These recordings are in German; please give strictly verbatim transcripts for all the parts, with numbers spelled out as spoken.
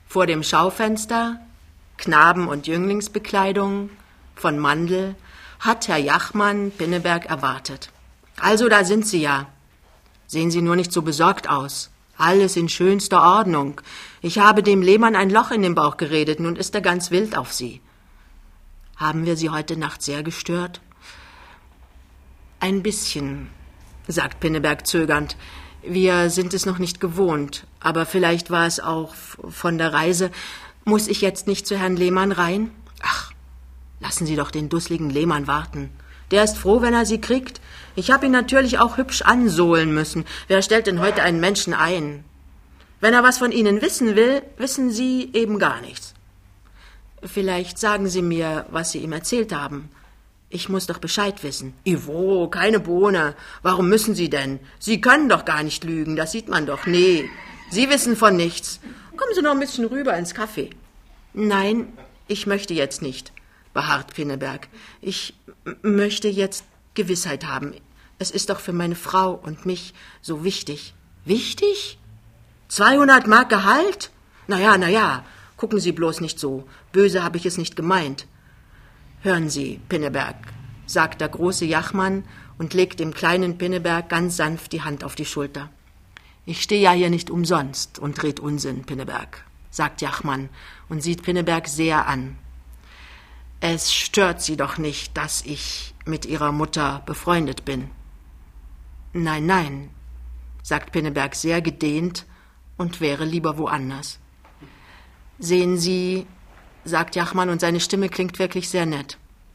Vor dem Schaufenster, Knaben- und Jünglingsbekleidung von Mandl, hat Herr Jachmann Pinneberg erwartet. Also, da sind Sie ja. Sehen Sie nur nicht so besorgt aus. Alles in schönster Ordnung. Ich habe dem Lehmann ein Loch in den Bauch geredet, nun ist er ganz wild auf Sie. Haben wir Sie heute Nacht sehr gestört? Ein bisschen, sagt Pinneberg zögernd. Wir sind es noch nicht gewohnt, aber vielleicht war es auch von der Reise. Muss ich jetzt nicht zu Herrn Lehmann rein? Ach, lassen Sie doch den dusseligen Lehmann warten. Der ist froh, wenn er Sie kriegt. Ich habe ihn natürlich auch hübsch ansohlen müssen. Wer stellt denn heute einen Menschen ein? Wenn er was von Ihnen wissen will, wissen Sie eben gar nichts. Vielleicht sagen Sie mir, was Sie ihm erzählt haben. Ich muss doch Bescheid wissen. Ivo, keine Bohne. Warum müssen Sie denn? Sie können doch gar nicht lügen, das sieht man doch. Nee, Sie wissen von nichts. Kommen Sie noch ein bisschen rüber ins Café. Nein, ich möchte jetzt nicht, beharrt Pinneberg. Ich m- möchte jetzt Gewissheit haben. Es ist doch für meine Frau und mich so wichtig. Wichtig? zweihundert Mark Gehalt? Na ja, na ja, gucken Sie bloß nicht so. Böse habe ich es nicht gemeint. Hören Sie, Pinneberg, sagt der große Jachmann und legt dem kleinen Pinneberg ganz sanft die Hand auf die Schulter. Ich stehe ja hier nicht umsonst und red Unsinn, Pinneberg, sagt Jachmann und sieht Pinneberg sehr an. Es stört Sie doch nicht, dass ich mit Ihrer Mutter befreundet bin. Nein, nein, sagt Pinneberg sehr gedehnt und wäre lieber woanders. Sehen Sie, sagt Jachmann und seine Stimme klingt wirklich sehr nett.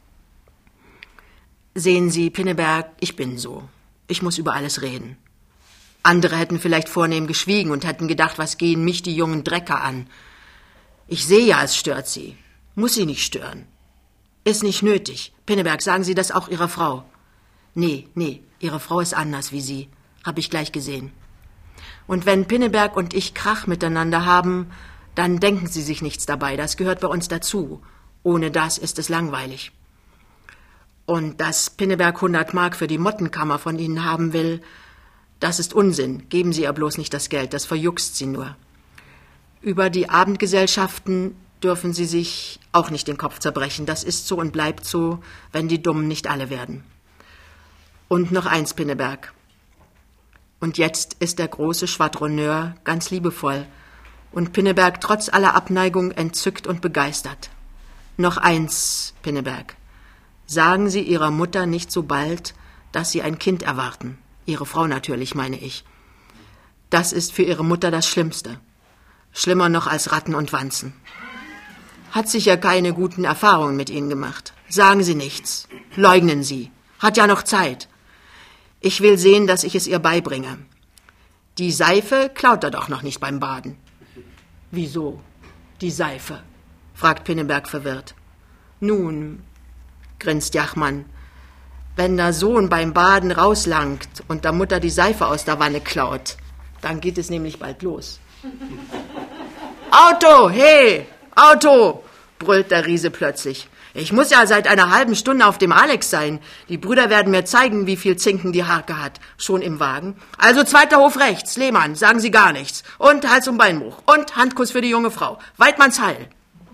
Sehen Sie, Pinneberg, ich bin so. Ich muss über alles reden. Andere hätten vielleicht vornehm geschwiegen und hätten gedacht, was gehen mich die jungen Drecker an. Ich sehe ja, es stört Sie. Muss Sie nicht stören. Ist nicht nötig. Pinneberg, sagen Sie das auch Ihrer Frau? Nee, nee, Ihre Frau ist anders wie Sie. Hab ich gleich gesehen. Und wenn Pinneberg und ich Krach miteinander haben, dann denken Sie sich nichts dabei. Das gehört bei uns dazu. Ohne das ist es langweilig. Und dass Pinneberg hundert Mark für die Mottenkammer von Ihnen haben will, das ist Unsinn. Geben Sie ihr bloß nicht das Geld, das verjuckst sie nur. Über die Abendgesellschaften dürfen Sie sich auch nicht den Kopf zerbrechen. Das ist so und bleibt so, wenn die Dummen nicht alle werden. Und noch eins, Pinneberg. Und jetzt ist der große Schwadronneur ganz liebevoll und Pinneberg trotz aller Abneigung entzückt und begeistert. Noch eins, Pinneberg. Sagen Sie Ihrer Mutter nicht so bald, dass Sie ein Kind erwarten. Ihre Frau natürlich, meine ich. Das ist für Ihre Mutter das Schlimmste. Schlimmer noch als Ratten und Wanzen. Hat sicher keine guten Erfahrungen mit Ihnen gemacht. Sagen Sie nichts. Leugnen Sie. Hat ja noch Zeit. Ich will sehen, dass ich es ihr beibringe. Die Seife klaut er doch noch nicht beim Baden. Wieso? Die Seife? Fragt Pinneberg verwirrt. Nun, grinst Jachmann, wenn der Sohn beim Baden rauslangt und der Mutter die Seife aus der Wanne klaut, dann geht es nämlich bald los. Auto, hey, Auto, brüllt der Riese plötzlich. Ich muss ja seit einer halben Stunde auf dem Alex sein. Die Brüder werden mir zeigen, wie viel Zinken die Harke hat. Schon im Wagen. Also zweiter Hof rechts. Lehmann, sagen Sie gar nichts. Und Hals- und Beinbruch. Und Handkuss für die junge Frau. Weidmanns Heil.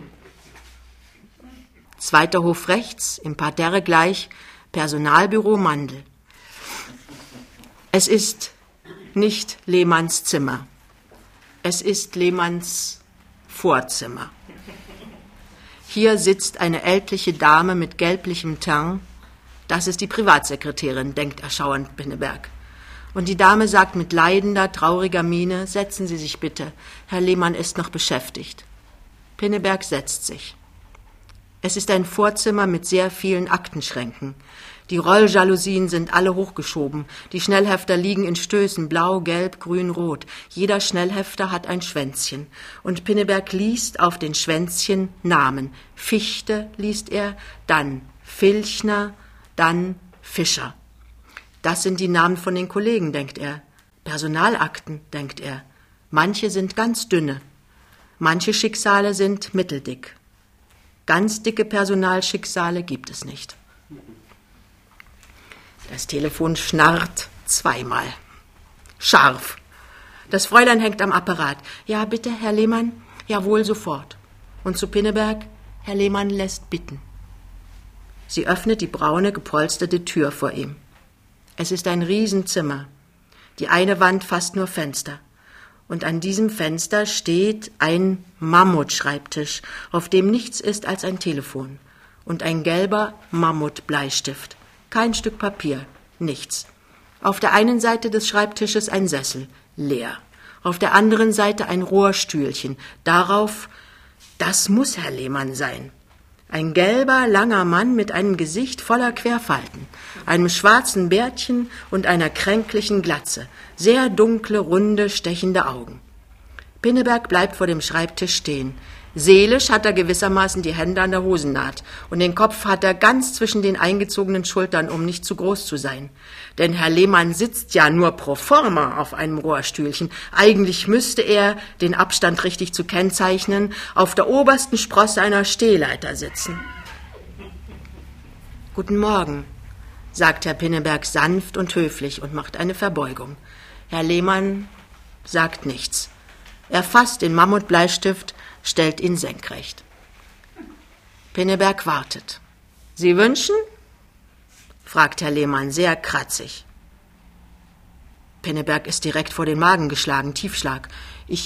Zweiter Hof rechts, im Parterre gleich, Personalbüro Mandl. Es ist nicht Lehmanns Zimmer. Es ist Lehmanns Vorzimmer. Hier sitzt eine ältliche Dame mit gelblichem Teint. Das ist die Privatsekretärin, denkt erschauernd Pinneberg. Und die Dame sagt mit leidender, trauriger Miene, setzen Sie sich bitte, Herr Lehmann ist noch beschäftigt. Pinneberg setzt sich. Es ist ein Vorzimmer mit sehr vielen Aktenschränken. Die Rolljalousien sind alle hochgeschoben. Die Schnellhefter liegen in Stößen, blau, gelb, grün, rot. Jeder Schnellhefter hat ein Schwänzchen. Und Pinneberg liest auf den Schwänzchen Namen. Fichte liest er, dann Filchner, dann Fischer. Das sind die Namen von den Kollegen, denkt er. Personalakten, denkt er. Manche sind ganz dünne. Manche Schicksale sind mitteldick. Ganz dicke Personalschicksale gibt es nicht. Das Telefon schnarrt zweimal. Scharf. Das Fräulein hängt am Apparat. Ja, bitte, Herr Lehmann. Jawohl, sofort. Und zu Pinneberg, Herr Lehmann lässt bitten. Sie öffnet die braune, gepolsterte Tür vor ihm. Es ist ein Riesenzimmer. Die eine Wand fast nur Fenster. Und an diesem Fenster steht ein Mammutschreibtisch, auf dem nichts ist als ein Telefon. Und ein gelber Mammutbleistift. Kein Stück Papier, nichts. Auf der einen Seite des Schreibtisches ein Sessel, leer. Auf der anderen Seite ein Rohrstühlchen. Darauf, das muss Herr Lehmann sein. Ein gelber, langer Mann mit einem Gesicht voller Querfalten, einem schwarzen Bärtchen und einer kränklichen Glatze, sehr dunkle, runde, stechende Augen. Pinneberg bleibt vor dem Schreibtisch stehen. Seelisch hat er gewissermaßen die Hände an der Hosennaht und den Kopf hat er ganz zwischen den eingezogenen Schultern, um nicht zu groß zu sein. Denn Herr Lehmann sitzt ja nur pro forma auf einem Rohrstühlchen. Eigentlich müsste er, den Abstand richtig zu kennzeichnen, auf der obersten Sprosse einer Stehleiter sitzen. »Guten Morgen«, sagt Herr Pinneberg sanft und höflich und macht eine Verbeugung. Herr Lehmann sagt nichts. Er fasst den Mammutbleistift, stellt ihn senkrecht. Pinneberg wartet. »Sie wünschen?« fragt Herr Lehmann sehr kratzig. Pinneberg ist direkt vor den Magen geschlagen, Tiefschlag. Ich,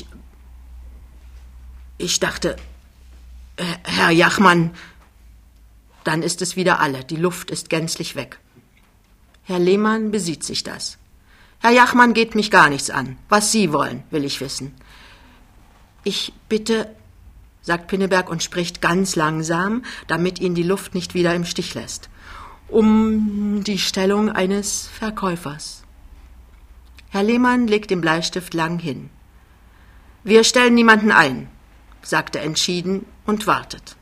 ich dachte, Herr Jachmann, dann ist es wieder alle, die Luft ist gänzlich weg. Herr Lehmann besieht sich das. Herr Jachmann geht mich gar nichts an. Was Sie wollen, will ich wissen. Ich bitte, sagt Pinneberg und spricht ganz langsam, damit ihn die Luft nicht wieder im Stich lässt, um die Stellung eines Verkäufers. Herr Lehmann legt den Bleistift lang hin. Wir stellen niemanden ein, sagt er entschieden und wartet.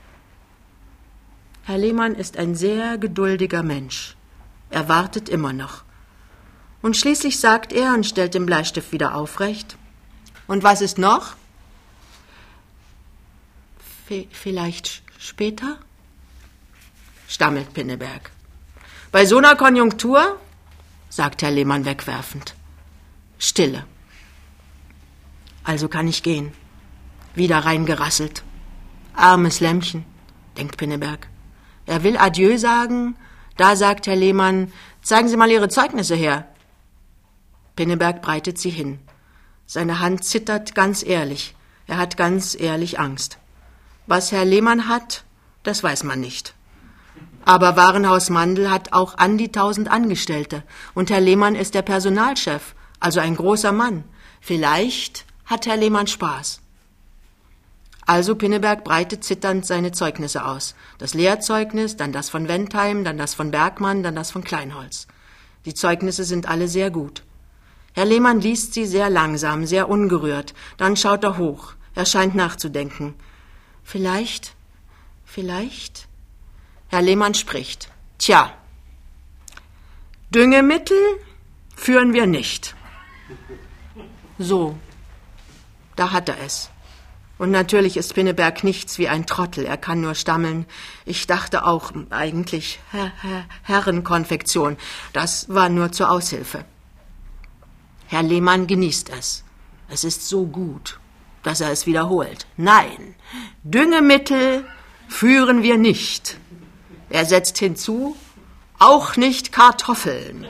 Herr Lehmann ist ein sehr geduldiger Mensch. Er wartet immer noch. Und schließlich sagt er und stellt den Bleistift wieder aufrecht. Und was ist noch? Vielleicht später? Stammelt Pinneberg. Bei so einer Konjunktur? Sagt Herr Lehmann wegwerfend. Stille. Also kann ich gehen. Wieder reingerasselt. Armes Lämmchen, denkt Pinneberg. Er will Adieu sagen. Da sagt Herr Lehmann, zeigen Sie mal Ihre Zeugnisse her. Pinneberg breitet sie hin. Seine Hand zittert ganz ehrlich. Er hat ganz ehrlich Angst. Was Herr Lehmann hat, das weiß man nicht. Aber Warenhaus Mandl hat auch an die tausend Angestellte. Und Herr Lehmann ist der Personalchef, also ein großer Mann. Vielleicht hat Herr Lehmann Spaß. Also Pinneberg breitet zitternd seine Zeugnisse aus. Das Lehrzeugnis, dann das von Wentheim, dann das von Bergmann, dann das von Kleinholz. Die Zeugnisse sind alle sehr gut. Herr Lehmann liest sie sehr langsam, sehr ungerührt. Dann schaut er hoch. Er scheint nachzudenken. Vielleicht, vielleicht? Herr Lehmann spricht. Tja, Düngemittel führen wir nicht. So, da hat er es. Und natürlich ist Pinneberg nichts wie ein Trottel. Er kann nur stammeln. Ich dachte auch eigentlich Her- Her- Herrenkonfektion. Das war nur zur Aushilfe. Herr Lehmann genießt es. Es ist so gut, dass er es wiederholt. Nein, Düngemittel führen wir nicht. Er setzt hinzu, auch nicht Kartoffeln.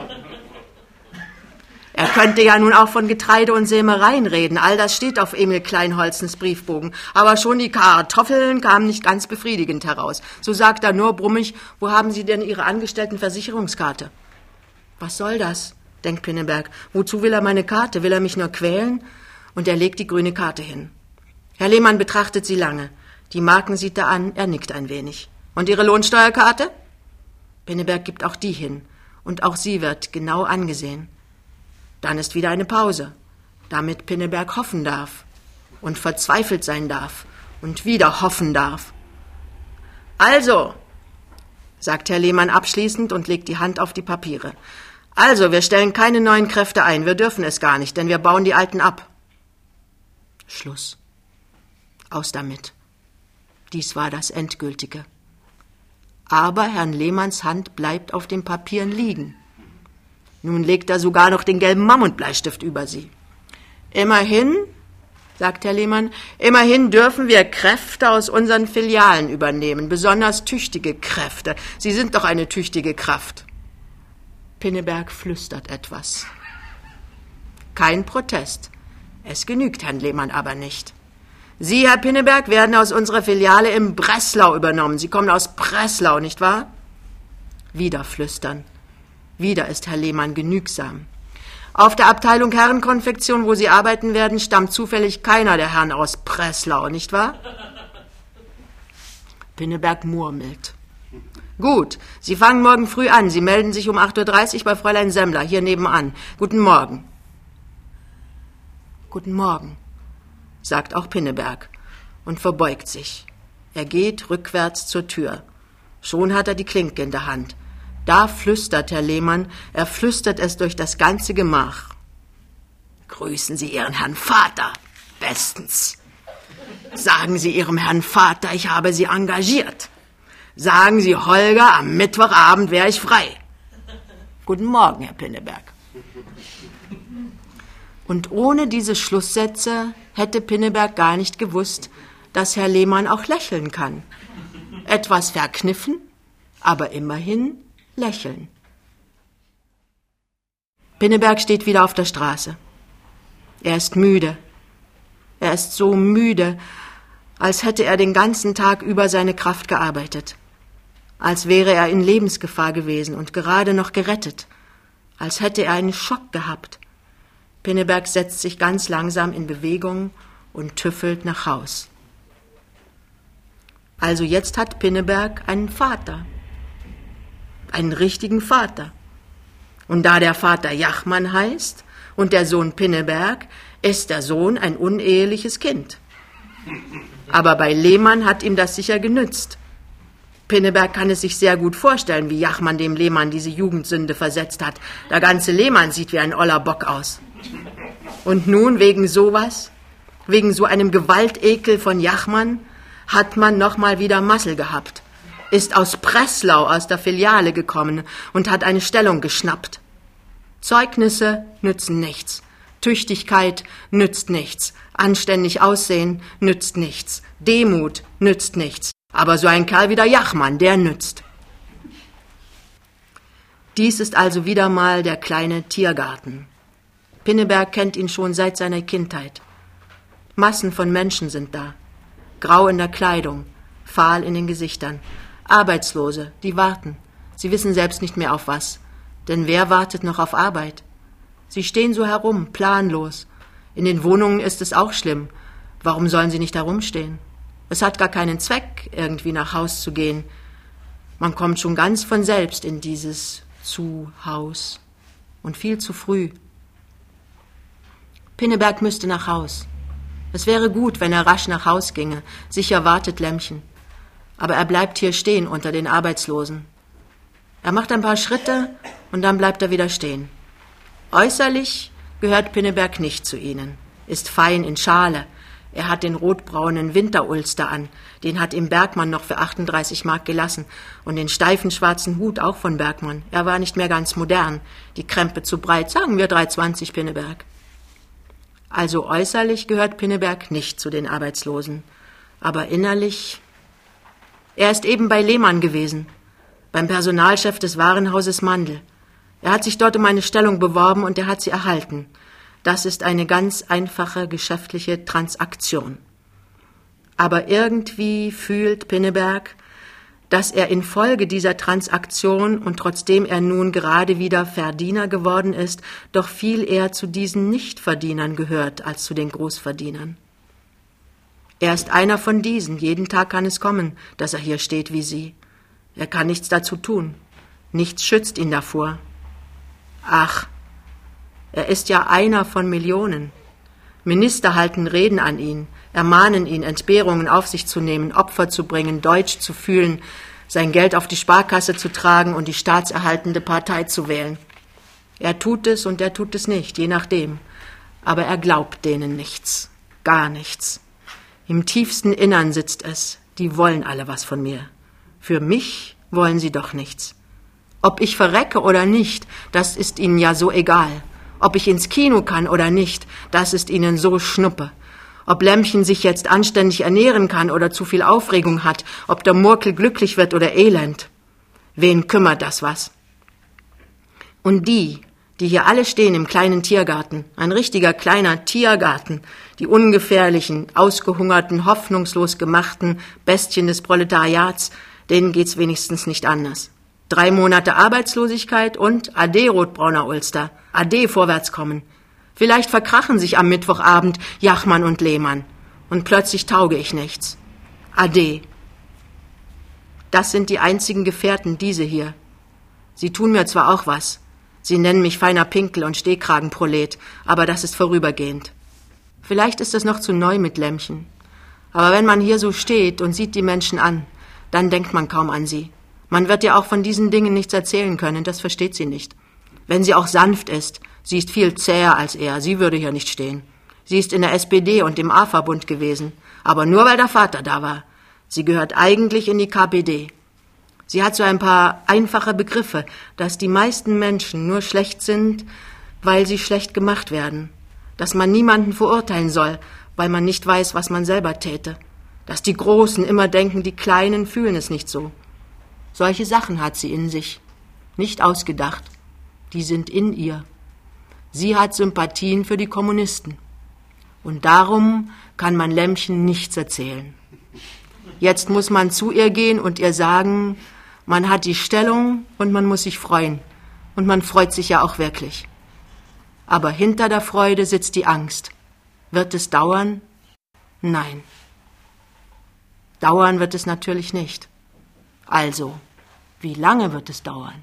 Er könnte ja nun auch von Getreide und Sämereien reden. All das steht auf Emil Kleinholzens Briefbogen. Aber schon die Kartoffeln kamen nicht ganz befriedigend heraus. So sagt er nur brummig, wo haben Sie denn Ihre Angestelltenversicherungskarte? Was soll das, denkt Pinneberg. Wozu will er meine Karte? Will er mich nur quälen? Und er legt die grüne Karte hin. Herr Lehmann betrachtet sie lange. Die Marken sieht er an, er nickt ein wenig. Und Ihre Lohnsteuerkarte? Pinneberg gibt auch die hin. Und auch sie wird genau angesehen. Dann ist wieder eine Pause, damit Pinneberg hoffen darf und verzweifelt sein darf und wieder hoffen darf. Also, sagt Herr Lehmann abschließend und legt die Hand auf die Papiere. Also, wir stellen keine neuen Kräfte ein, wir dürfen es gar nicht, denn wir bauen die alten ab. Schluss. Aus damit. Dies war das Endgültige. Aber Herrn Lehmanns Hand bleibt auf den Papieren liegen. Nun legt er sogar noch den gelben Mammutbleistift über sie. Immerhin sagt Herr Lehmann. Immerhin dürfen wir Kräfte aus unseren Filialen übernehmen, besonders tüchtige Kräfte. Sie sind doch eine tüchtige Kraft. Pinneberg flüstert etwas. Kein Protest. Es genügt Herrn Lehmann aber nicht. Sie, Herr Pinneberg, werden aus unserer Filiale in Breslau übernommen. Sie kommen aus Breslau, nicht wahr? Wieder flüstern. Wieder ist Herr Lehmann genügsam. Auf der Abteilung Herrenkonfektion, wo Sie arbeiten werden, stammt zufällig keiner der Herren aus Breslau, nicht wahr? Pinneberg murmelt. Gut, Sie fangen morgen früh an. Sie melden sich um acht Uhr dreißig bei Fräulein Semmler, hier nebenan. Guten Morgen. Guten Morgen, sagt auch Pinneberg und verbeugt sich. Er geht rückwärts zur Tür. Schon hat er die Klinke in der Hand. Da flüstert Herr Lehmann, er flüstert es durch das ganze Gemach. Grüßen Sie Ihren Herrn Vater. Bestens. Sagen Sie Ihrem Herrn Vater, ich habe Sie engagiert. Sagen Sie Holger, am Mittwochabend wäre ich frei. Guten Morgen, Herr Pinneberg. Und ohne diese Schlusssätze hätte Pinneberg gar nicht gewusst, dass Herr Lehmann auch lächeln kann. Etwas verkniffen, aber immerhin lächeln. Pinneberg steht wieder auf der Straße. Er ist müde. Er ist so müde, als hätte er den ganzen Tag über seine Kraft gearbeitet. Als wäre er in Lebensgefahr gewesen und gerade noch gerettet. Als hätte er einen Schock gehabt. Pinneberg setzt sich ganz langsam in Bewegung und tüffelt nach Haus. Also jetzt hat Pinneberg einen Vater. Einen richtigen Vater. Und da der Vater Jachmann heißt und der Sohn Pinneberg, ist der Sohn ein uneheliches Kind. Aber bei Lehmann hat ihm das sicher genützt. Pinneberg kann es sich sehr gut vorstellen, wie Jachmann dem Lehmann diese Jugendsünde versetzt hat. Der ganze Lehmann sieht wie ein oller Bock aus. Und nun wegen sowas, wegen so einem Gewaltekel von Jachmann, hat man noch mal wieder Massel gehabt. Ist aus Breslau, aus der Filiale gekommen und hat eine Stellung geschnappt. Zeugnisse nützen nichts. Tüchtigkeit nützt nichts. Anständig aussehen nützt nichts. Demut nützt nichts. Aber so ein Kerl wie der Jachmann, der nützt. Dies ist also wieder mal der kleine Tiergarten. Pinneberg kennt ihn schon seit seiner Kindheit. Massen von Menschen sind da. Grau in der Kleidung, fahl in den Gesichtern. Arbeitslose, die warten. Sie wissen selbst nicht mehr auf was. Denn wer wartet noch auf Arbeit? Sie stehen so herum, planlos. In den Wohnungen ist es auch schlimm. Warum sollen sie nicht herumstehen? Es hat gar keinen Zweck, irgendwie nach Haus zu gehen. Man kommt schon ganz von selbst in dieses Zuhaus. Und viel zu früh. Pinneberg müsste nach Haus. Es wäre gut, wenn er rasch nach Haus ginge. Sicher wartet Lämmchen. Aber er bleibt hier stehen unter den Arbeitslosen. Er macht ein paar Schritte und dann bleibt er wieder stehen. Äußerlich gehört Pinneberg nicht zu ihnen, ist fein in Schale. Er hat den rotbraunen Winterulster an, den hat ihm Bergmann noch für achtunddreißig Mark gelassen und den steifen schwarzen Hut auch von Bergmann. Er war nicht mehr ganz modern, die Krempe zu breit, sagen wir drei zwanzig Pinneberg. Also äußerlich gehört Pinneberg nicht zu den Arbeitslosen, aber innerlich... Er ist eben bei Lehmann gewesen, beim Personalchef des Warenhauses Mandl. Er hat sich dort um eine Stellung beworben und er hat sie erhalten. Das ist eine ganz einfache geschäftliche Transaktion. Aber irgendwie fühlt Pinneberg, dass er infolge dieser Transaktion und trotzdem er nun gerade wieder Verdiener geworden ist, doch viel eher zu diesen Nichtverdienern gehört als zu den Großverdienern. Er ist einer von diesen. Jeden Tag kann es kommen, dass er hier steht wie Sie. Er kann nichts dazu tun. Nichts schützt ihn davor. Ach, er ist ja einer von Millionen. Minister halten Reden an ihn, ermahnen ihn, Entbehrungen auf sich zu nehmen, Opfer zu bringen, Deutsch zu fühlen, sein Geld auf die Sparkasse zu tragen und die staatserhaltende Partei zu wählen. Er tut es und er tut es nicht, je nachdem. Aber er glaubt denen nichts, gar nichts. Im tiefsten Innern sitzt es, die wollen alle was von mir. Für mich wollen sie doch nichts. Ob ich verrecke oder nicht, das ist ihnen ja so egal. Ob ich ins Kino kann oder nicht, das ist ihnen so schnuppe. Ob Lämmchen sich jetzt anständig ernähren kann oder zu viel Aufregung hat, ob der Murkel glücklich wird oder elend. Wen kümmert das was? Und die, die hier alle stehen im kleinen Tiergarten, ein richtiger kleiner Tiergarten, die ungefährlichen, ausgehungerten, hoffnungslos gemachten Bestien des Proletariats, denen geht's wenigstens nicht anders. Drei Monate Arbeitslosigkeit und Ade, rotbrauner Ulster, Ade, vorwärtskommen. Vielleicht verkrachen sich am Mittwochabend Jachmann und Lehmann. Und plötzlich tauge ich nichts. Ade. Das sind die einzigen Gefährten, diese hier. Sie tun mir zwar auch was. Sie nennen mich feiner Pinkel und Stehkragenprolet, aber das ist vorübergehend. Vielleicht ist es noch zu neu mit Lämmchen. Aber wenn man hier so steht und sieht die Menschen an, dann denkt man kaum an sie. Man wird ja auch von diesen Dingen nichts erzählen können, das versteht sie nicht. Wenn sie auch sanft ist, sie ist viel zäher als er, sie würde hier nicht stehen. Sie ist in der S P D und im A-Verbund gewesen, aber nur weil der Vater da war. Sie gehört eigentlich in die K P D. Sie hat so ein paar einfache Begriffe, dass die meisten Menschen nur schlecht sind, weil sie schlecht gemacht werden. Dass man niemanden verurteilen soll, weil man nicht weiß, was man selber täte. Dass die Großen immer denken, die Kleinen fühlen es nicht so. Solche Sachen hat sie in sich. Nicht ausgedacht. Die sind in ihr. Sie hat Sympathien für die Kommunisten. Und darum kann man Lämmchen nichts erzählen. Jetzt muss man zu ihr gehen und ihr sagen, man hat die Stellung und man muss sich freuen. Und man freut sich ja auch wirklich. Aber hinter der Freude sitzt die Angst. Wird es dauern? Nein. Dauern wird es natürlich nicht. Also, wie lange wird es dauern?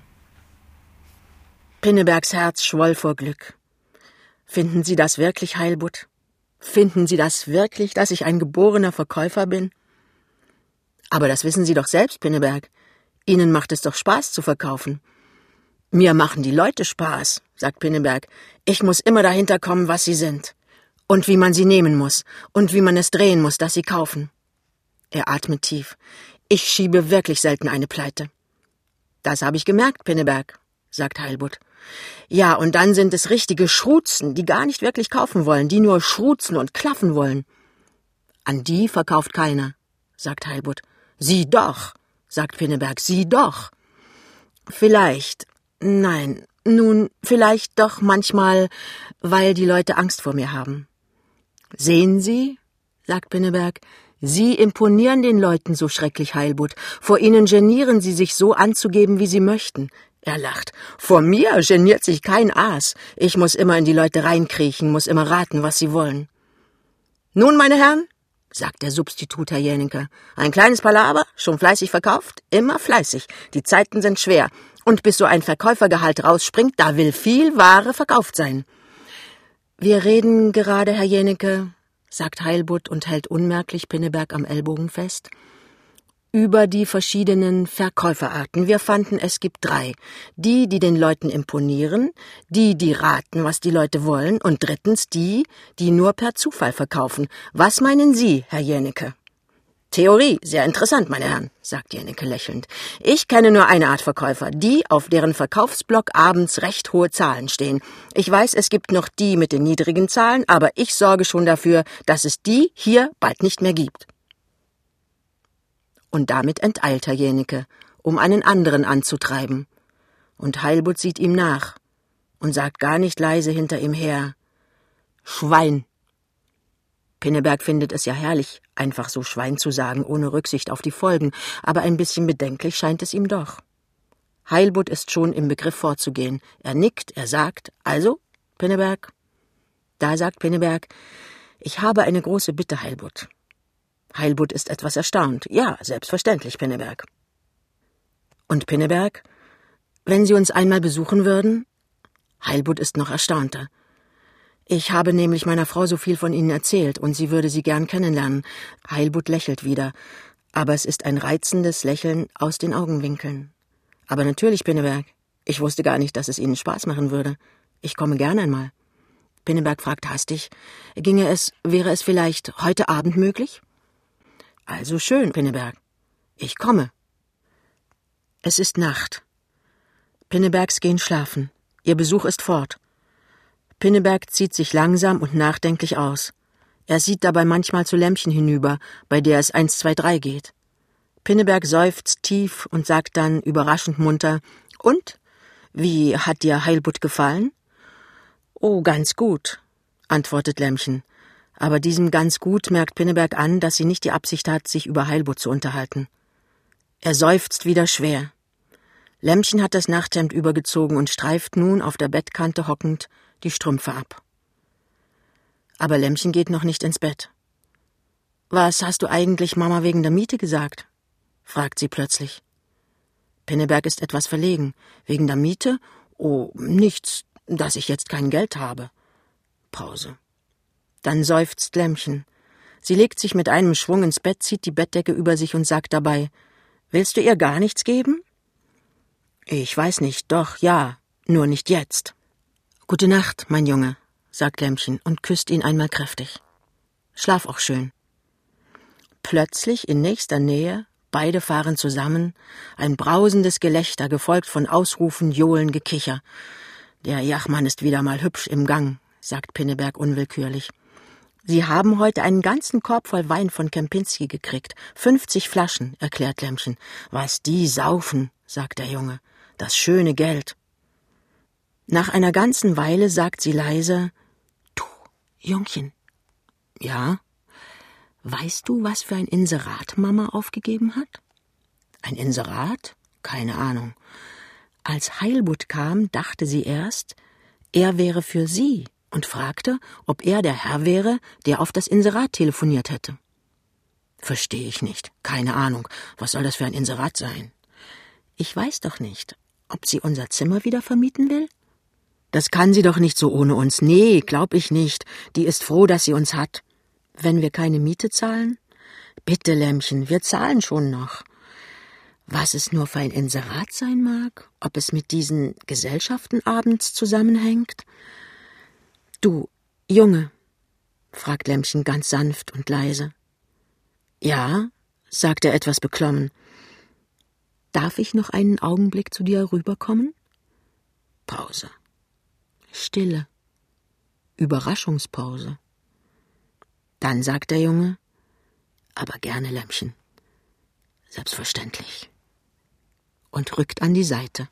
Pinnebergs Herz schwoll vor Glück. Finden Sie das wirklich, Heilbutt? Finden Sie das wirklich, dass ich ein geborener Verkäufer bin? Aber das wissen Sie doch selbst, Pinneberg. Ihnen macht es doch Spaß zu verkaufen. Mir machen die Leute Spaß, sagt Pinneberg. Ich muss immer dahinter kommen, was sie sind. Und wie man sie nehmen muss. Und wie man es drehen muss, dass sie kaufen. Er atmet tief. Ich schiebe wirklich selten eine Pleite. Das habe ich gemerkt, Pinneberg, sagt Heilbutt. Ja, und dann sind es richtige Schruzen, die gar nicht wirklich kaufen wollen, die nur schruzen und klaffen wollen. An die verkauft keiner, sagt Heilbutt. Sie doch, sagt Pinneberg, Sie doch. Vielleicht, nein, nun, vielleicht doch manchmal, weil die Leute Angst vor mir haben. Sehen Sie, sagt Pinneberg, Sie imponieren den Leuten so schrecklich, Heilbutt. Vor ihnen genieren sie sich so anzugeben, wie sie möchten. Er lacht. Vor mir geniert sich kein Aas. Ich muss immer in die Leute reinkriechen, muss immer raten, was sie wollen. Nun, meine Herren, sagt der Substitut Herr Jänicke, ein kleines Palaver, schon fleißig verkauft, immer fleißig. Die Zeiten sind schwer. Und bis so ein Verkäufergehalt rausspringt, da will viel Ware verkauft sein. Wir reden gerade, Herr Jänicke, sagt Heilbutt und hält unmerklich Pinneberg am Ellbogen fest, über die verschiedenen Verkäuferarten. Wir fanden, es gibt drei. Die, die den Leuten imponieren, die, die raten, was die Leute wollen, und drittens die, die nur per Zufall verkaufen. Was meinen Sie, Herr Jänicke? Theorie, sehr interessant, meine Herren, sagt Jänicke lächelnd. Ich kenne nur eine Art Verkäufer, die, auf deren Verkaufsblock abends recht hohe Zahlen stehen. Ich weiß, es gibt noch die mit den niedrigen Zahlen, aber ich sorge schon dafür, dass es die hier bald nicht mehr gibt. Und damit enteilt Herr Jänicke, um einen anderen anzutreiben. Und Heilbutt sieht ihm nach und sagt gar nicht leise hinter ihm her, Schwein. Pinneberg findet es ja herrlich, einfach so Schwein zu sagen, ohne Rücksicht auf die Folgen, aber ein bisschen bedenklich scheint es ihm doch. Heilbutt ist schon im Begriff vorzugehen. Er nickt, er sagt, also, Pinneberg? Da sagt Pinneberg, ich habe eine große Bitte, Heilbutt. Heilbutt ist etwas erstaunt. Ja, selbstverständlich, Pinneberg. Und Pinneberg, wenn Sie uns einmal besuchen würden? Heilbutt ist noch erstaunter. Ich habe nämlich meiner Frau so viel von Ihnen erzählt, und sie würde Sie gern kennenlernen. Heilbutt lächelt wieder, aber es ist ein reizendes Lächeln aus den Augenwinkeln. Aber natürlich, Pinneberg, ich wusste gar nicht, dass es Ihnen Spaß machen würde. Ich komme gern einmal. Pinneberg fragt hastig, ginge es, wäre es vielleicht heute Abend möglich? Also schön, Pinneberg. Ich komme. Es ist Nacht. Pinnebergs gehen schlafen. Ihr Besuch ist fort. Pinneberg zieht sich langsam und nachdenklich aus. Er sieht dabei manchmal zu Lämmchen hinüber, bei der es eins, zwei, drei geht. Pinneberg seufzt tief und sagt dann überraschend munter: »Und? Wie hat dir Heilbutt gefallen?« »Oh, ganz gut«, antwortet Lämmchen. Aber diesem ganz gut merkt Pinneberg an, dass sie nicht die Absicht hat, sich über Heilbutt zu unterhalten. Er seufzt wieder schwer. Lämmchen hat das Nachthemd übergezogen und streift nun, auf der Bettkante hockend, die Strümpfe ab. Aber Lämmchen geht noch nicht ins Bett. »Was hast du eigentlich Mama wegen der Miete gesagt?« fragt sie plötzlich. Pinneberg ist etwas verlegen. »Wegen der Miete? Oh, nichts, dass ich jetzt kein Geld habe.« Pause. Dann seufzt Lämmchen. Sie legt sich mit einem Schwung ins Bett, zieht die Bettdecke über sich und sagt dabei: »Willst du ihr gar nichts geben?« »Ich weiß nicht, doch, ja, nur nicht jetzt.« »Gute Nacht, mein Junge«, sagt Lämmchen und küsst ihn einmal kräftig. »Schlaf auch schön.« Plötzlich in nächster Nähe, beide fahren zusammen, ein brausendes Gelächter, gefolgt von Ausrufen, Johlen, Gekicher. »Der Jachmann ist wieder mal hübsch im Gang«, sagt Pinneberg unwillkürlich. »Sie haben heute einen ganzen Korb voll Wein von Kempinski gekriegt. Fünfzig Flaschen«, erklärt Lämmchen. »Was die saufen«, sagt der Junge. »Das schöne Geld.« Nach einer ganzen Weile sagt sie leise: »Du, Jungchen.« »Ja?« »Weißt du, was für ein Inserat Mama aufgegeben hat?« »Ein Inserat? Keine Ahnung.« »Als Heilbutt kam, dachte sie erst, er wäre für sie und fragte, ob er der Herr wäre, der auf das Inserat telefoniert hätte.« »Verstehe ich nicht. Keine Ahnung. Was soll das für ein Inserat sein?« »Ich weiß doch nicht, ob sie unser Zimmer wieder vermieten will?« »Das kann sie doch nicht so ohne uns. Nee, glaub ich nicht. Die ist froh, dass sie uns hat.« »Wenn wir keine Miete zahlen?« »Bitte, Lämmchen, wir zahlen schon noch.« Was es nur für ein Inserat sein mag, ob es mit diesen Gesellschaften abends zusammenhängt? »Du, Junge«, fragt Lämmchen ganz sanft und leise. »Ja«, sagt er etwas beklommen. »Darf ich noch einen Augenblick zu dir rüberkommen?« Pause. Stille. Überraschungspause. Dann sagt der Junge: »Aber gerne, Lämmchen. Selbstverständlich.« Und rückt an die Seite.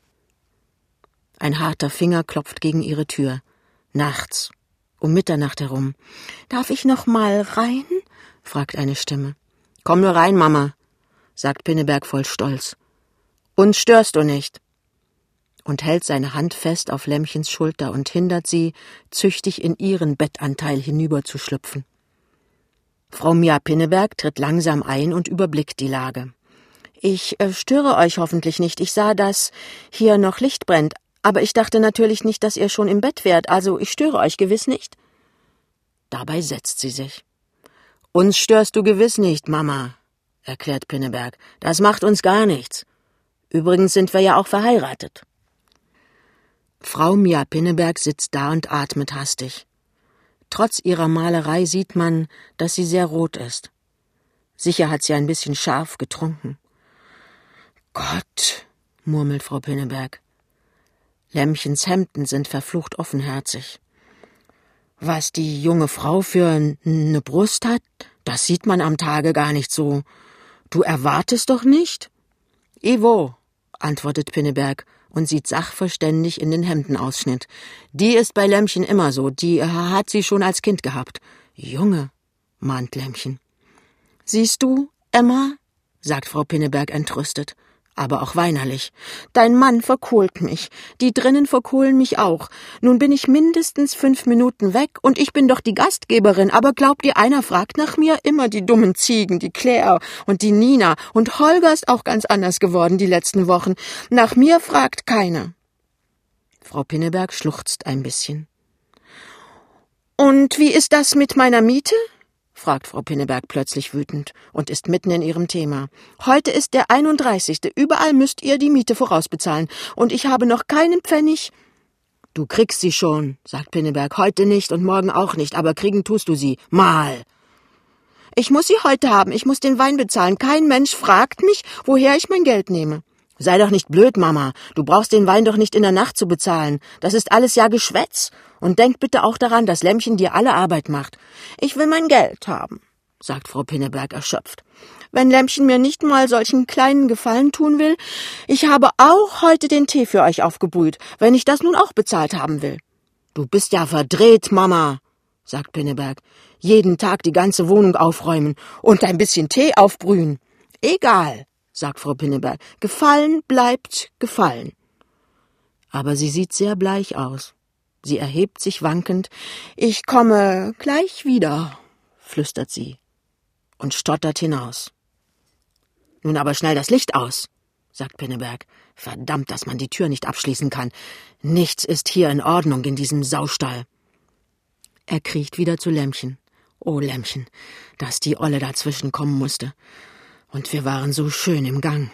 Ein harter Finger klopft gegen ihre Tür. Nachts, um Mitternacht herum. »Darf ich noch mal rein?« fragt eine Stimme. »Komm nur rein, Mama«, sagt Pinneberg voll Stolz. »Uns störst du nicht.« Und hält seine Hand fest auf Lämmchens Schulter und hindert sie, züchtig in ihren Bettanteil hinüberzuschlüpfen. Frau Mia Pinneberg tritt langsam ein und überblickt die Lage. »Ich äh, störe euch hoffentlich nicht. Ich sah, dass hier noch Licht brennt. Aber ich dachte natürlich nicht, dass ihr schon im Bett wärt. Also ich störe euch gewiss nicht.« Dabei setzt sie sich. »Uns störst du gewiss nicht, Mama«, erklärt Pinneberg. »Das macht uns gar nichts. Übrigens sind wir ja auch verheiratet.« Frau Mia Pinneberg sitzt da und atmet hastig. Trotz ihrer Malerei sieht man, dass sie sehr rot ist. Sicher hat sie ein bisschen scharf getrunken. »Gott«, murmelt Frau Pinneberg. Lämmchens Hemden sind verflucht offenherzig. Was die junge Frau für ne Brust hat, das sieht man am Tage gar nicht so. Du erwartest doch nicht?« »Ivo«, antwortet Pinneberg und sieht sachverständig in den Hemdenausschnitt. »Die ist bei Lämmchen immer so, die hat sie schon als Kind gehabt.« »Junge«, mahnt Lämmchen. »Siehst du, Emma«, sagt Frau Pinneberg entrüstet, aber auch weinerlich. »Dein Mann verkohlt mich. Die drinnen verkohlen mich auch. Nun bin ich mindestens fünf Minuten weg und ich bin doch die Gastgeberin, aber glaubt ihr, einer fragt nach mir? Immer die dummen Ziegen, die Claire und die Nina. Und Holger ist auch ganz anders geworden die letzten Wochen. Nach mir fragt keiner.« Frau Pinneberg schluchzt ein bisschen. »Und wie ist das mit meiner Miete?« fragt Frau Pinneberg plötzlich wütend und ist mitten in ihrem Thema. »Heute ist der einunddreißigste. Überall müsst ihr die Miete vorausbezahlen. Und ich habe noch keinen Pfennig.« »Du kriegst sie schon«, sagt Pinneberg. »Heute nicht und morgen auch nicht, aber kriegen tust du sie. Mal.« »Ich muss sie heute haben. Ich muss den Wein bezahlen. Kein Mensch fragt mich, woher ich mein Geld nehme.« Sei doch nicht blöd, Mama. Du brauchst den Wein doch nicht in der Nacht zu bezahlen. Das ist alles ja Geschwätz. Und denk bitte auch daran, dass Lämmchen dir alle Arbeit macht. Ich will mein Geld haben, sagt Frau Pinneberg erschöpft. Wenn Lämmchen mir nicht mal solchen kleinen Gefallen tun will, ich habe auch heute den Tee für euch aufgebrüht, wenn ich das nun auch bezahlt haben will. Du bist ja verdreht, Mama, sagt Pinneberg. Jeden Tag die ganze Wohnung aufräumen und ein bisschen Tee aufbrühen. Egal, sagt Frau Pinneberg. Gefallen bleibt gefallen. Aber sie sieht sehr bleich aus. Sie erhebt sich wankend. Ich komme gleich wieder, flüstert sie und stottert hinaus. Nun aber schnell das Licht aus, sagt Pinneberg. Verdammt, dass man die Tür nicht abschließen kann. Nichts ist hier in Ordnung in diesem Saustall. Er kriecht wieder zu Lämmchen. Oh, Lämmchen, dass die Olle dazwischen kommen musste. Und wir waren so schön im Gang.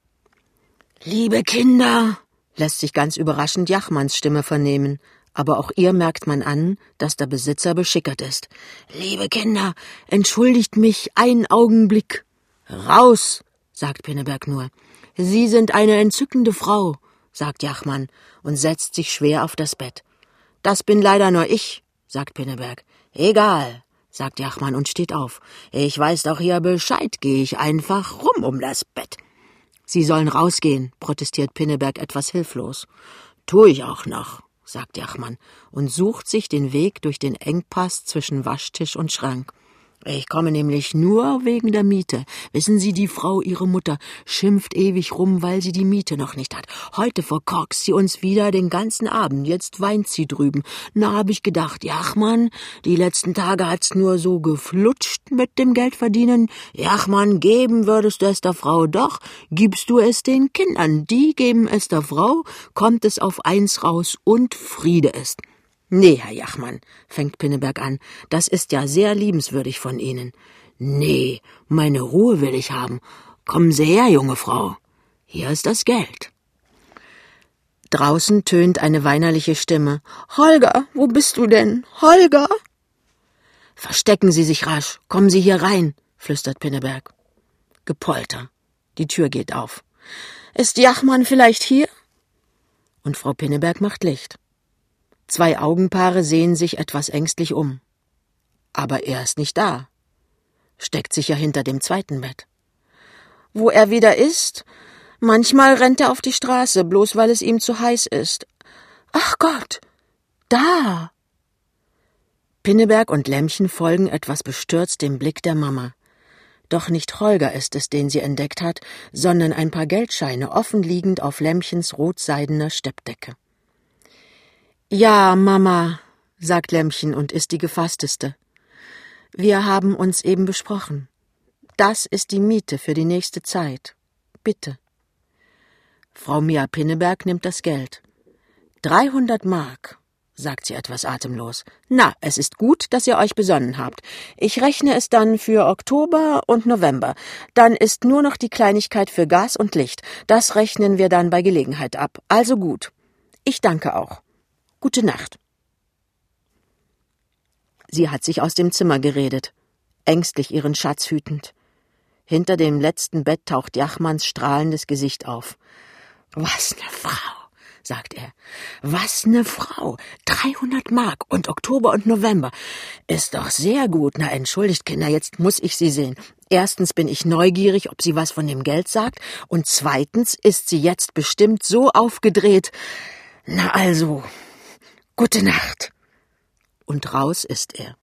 Liebe Kinder, lässt sich ganz überraschend Jachmanns Stimme vernehmen, aber auch ihr merkt man an, dass der Besitzer beschickert ist. Liebe Kinder, entschuldigt mich einen Augenblick. Raus, sagt Pinneberg nur. Sie sind eine entzückende Frau, sagt Jachmann und setzt sich schwer auf das Bett. Das bin leider nur ich, sagt Pinneberg. Egal, sagt Jachmann und steht auf. Ich weiß doch hier Bescheid, gehe ich einfach rum um das Bett. Sie sollen rausgehen, protestiert Pinneberg etwas hilflos. Tu ich auch noch, sagt Jachmann und sucht sich den Weg durch den Engpass zwischen Waschtisch und Schrank. Ich komme nämlich nur wegen der Miete. Wissen Sie, die Frau, Ihre Mutter, schimpft ewig rum, weil sie die Miete noch nicht hat. Heute verkorkst sie uns wieder den ganzen Abend. Jetzt weint sie drüben. Na, hab ich gedacht, Jachmann, die letzten Tage hat's nur so geflutscht mit dem Geldverdienen. Jachmann, geben würdest du es der Frau doch, gibst du es den Kindern. Die geben es der Frau, kommt es auf eins raus und Friede ist. Nee, Herr Jachmann, fängt Pinneberg an, das ist ja sehr liebenswürdig von Ihnen. Nee, meine Ruhe will ich haben. Kommen Sie her, junge Frau. Hier ist das Geld. Draußen tönt eine weinerliche Stimme. Holger, wo bist du denn? Holger? Verstecken Sie sich rasch, kommen Sie hier rein, flüstert Pinneberg. Gepolter. Die Tür geht auf. Ist Jachmann vielleicht hier? Und Frau Pinneberg macht Licht. Zwei Augenpaare sehen sich etwas ängstlich um. Aber er ist nicht da. Steckt sicher hinter dem zweiten Bett. Wo er wieder ist? Manchmal rennt er auf die Straße, bloß weil es ihm zu heiß ist. Ach Gott, da! Pinneberg und Lämmchen folgen etwas bestürzt dem Blick der Mama. Doch nicht Holger ist es, den sie entdeckt hat, sondern ein paar Geldscheine offen liegend auf Lämmchens rotseidener Steppdecke. »Ja, Mama«, sagt Lämmchen und ist die gefassteste. »Wir haben uns eben besprochen. Das ist die Miete für die nächste Zeit. Bitte.« Frau Mia Pinneberg nimmt das Geld. »Dreihundert Mark«, sagt sie etwas atemlos. »Na, es ist gut, dass ihr euch besonnen habt. Ich rechne es dann für Oktober und November. Dann ist nur noch die Kleinigkeit für Gas und Licht. Das rechnen wir dann bei Gelegenheit ab. Also gut. Ich danke auch. Gute Nacht.« Sie hat sich aus dem Zimmer geredet, ängstlich ihren Schatz hütend. Hinter dem letzten Bett taucht Jachmanns strahlendes Gesicht auf. »Was ne Frau«, sagt er. »Was ne Frau. Dreihundert Mark und Oktober und November. Ist doch sehr gut. Na, entschuldigt, Kinder, jetzt muss ich sie sehen. Erstens bin ich neugierig, ob sie was von dem Geld sagt, und zweitens ist sie jetzt bestimmt so aufgedreht. Na also, gute Nacht.« Und raus ist er.